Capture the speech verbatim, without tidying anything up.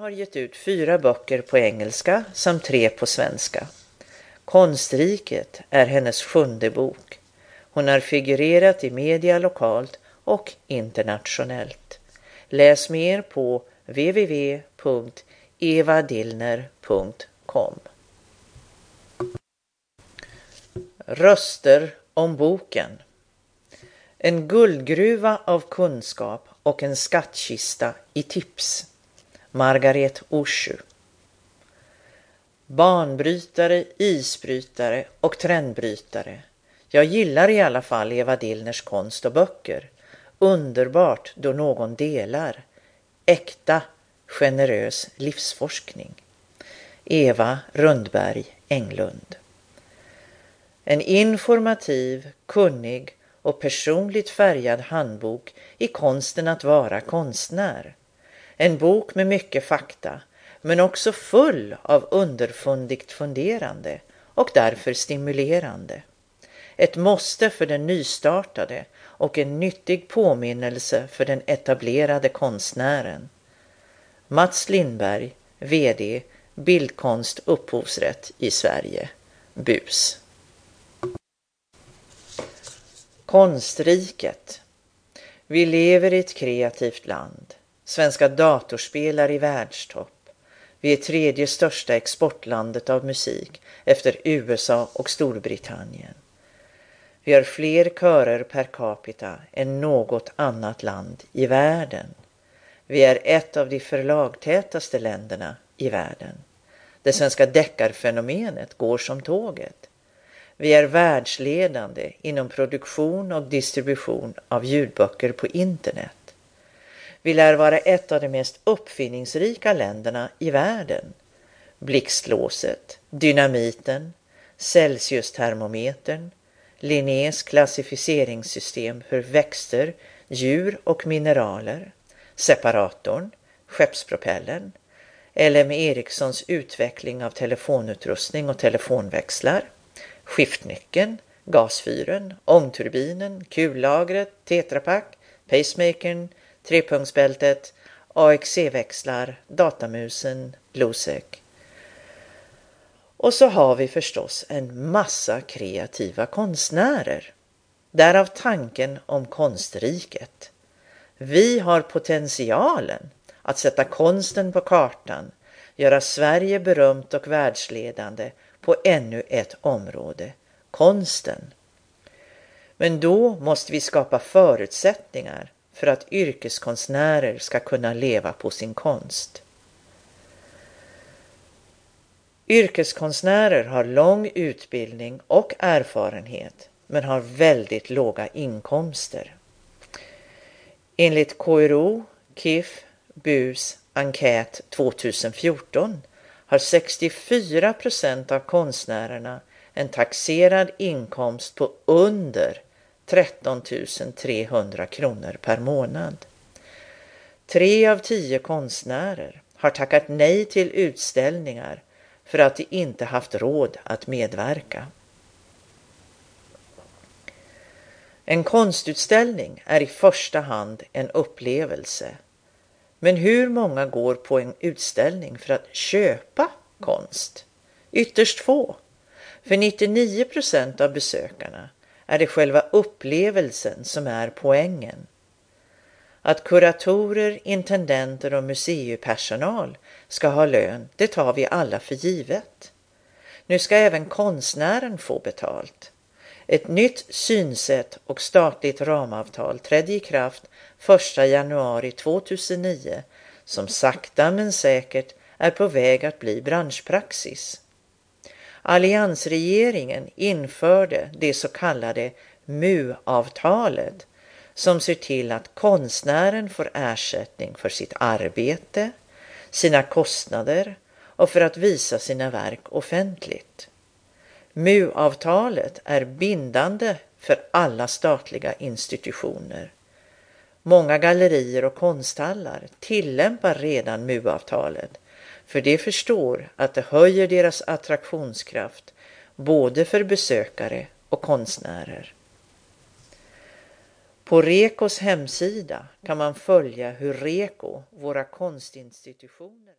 har gett ut fyra böcker på engelska samt tre på svenska. Konstriket är hennes sjunde bok. Hon har figurerat i media lokalt och internationellt. Läs mer på w w w punkt eva dillner punkt com. Röster om boken. En guldgruva av kunskap och en skattkista i tips. Margaret Oshu. Banbrytare, isbrytare och trendbrytare. Jag gillar i alla fall Eva Dillners konst och böcker. Underbart då någon delar. Äkta, generös livsforskning. Eva Rundberg Englund. En informativ, kunnig och personligt färgad handbok i konsten att vara konstnär. En bok med mycket fakta, men också full av underfundigt funderande och därför stimulerande. Ett måste för den nystartade och en nyttig påminnelse för den etablerade konstnären. Mats Lindberg, vd, Bildkonst upphovsrätt i Sverige, B U S. Konstriket. Vi lever i ett kreativt land. Svenska datorspel är i världstopp. Vi är tredje största exportlandet av musik efter U S A och Storbritannien. Vi har fler körer per capita än något annat land i världen. Vi är ett av de förlagtätaste länderna i världen. Det svenska deckarfenomenet går som tåget. Vi är världsledande inom produktion och distribution av ljudböcker på internet. Vi lär vara ett av de mest uppfinningsrika länderna i världen. Blixtlåset, dynamiten, Celsius-termometern, Linnés klassificeringssystem för växter, djur och mineraler, separatorn, skeppspropellern, L M Ericssons utveckling av telefonutrustning och telefonväxlar, skiftnyckeln, gasfyren, ångturbinen, kullagret, tetrapack, pacemakern, trepunktsbältet, A X C-växlar, datamusen, Bluesec. Och så har vi förstås en massa kreativa konstnärer. Därav tanken om konstriket. Vi har potentialen att sätta konsten på kartan, göra Sverige berömt och världsledande på ännu ett område, konsten. Men då måste vi skapa förutsättningar för att yrkeskonstnärer ska kunna leva på sin konst. Yrkeskonstnärer har lång utbildning och erfarenhet men har väldigt låga inkomster. Enligt K R O, K I F, B U S enkät tjugohundrafjorton har sextiofyra procent av konstnärerna en taxerad inkomst på under tretton tusen trehundra kronor per månad. Tre av tio konstnärer har tackat nej till utställningar för att de inte haft råd att medverka. En konstutställning är i första hand en upplevelse. Men hur många går på en utställning för att köpa konst? Ytterst få. För nittionio procent av besökarna är det själva upplevelsen som är poängen. Att kuratorer, intendenter och museipersonal ska ha lön, det tar vi alla för givet. Nu ska även konstnären få betalt. Ett nytt synsätt och statligt ramavtal trädde i kraft första januari tvåtusennio som sakta men säkert är på väg att bli branschpraxis. Alliansregeringen införde det så kallade M U-avtalet som ser till att konstnären får ersättning för sitt arbete, sina kostnader och för att visa sina verk offentligt. M U-avtalet är bindande för alla statliga institutioner. Många gallerier och konsthallar tillämpar redan M U-avtalet för de förstår att det höjer deras attraktionskraft både för besökare och konstnärer. På Rekos hemsida kan man följa hur Reko, våra konstinstitutioner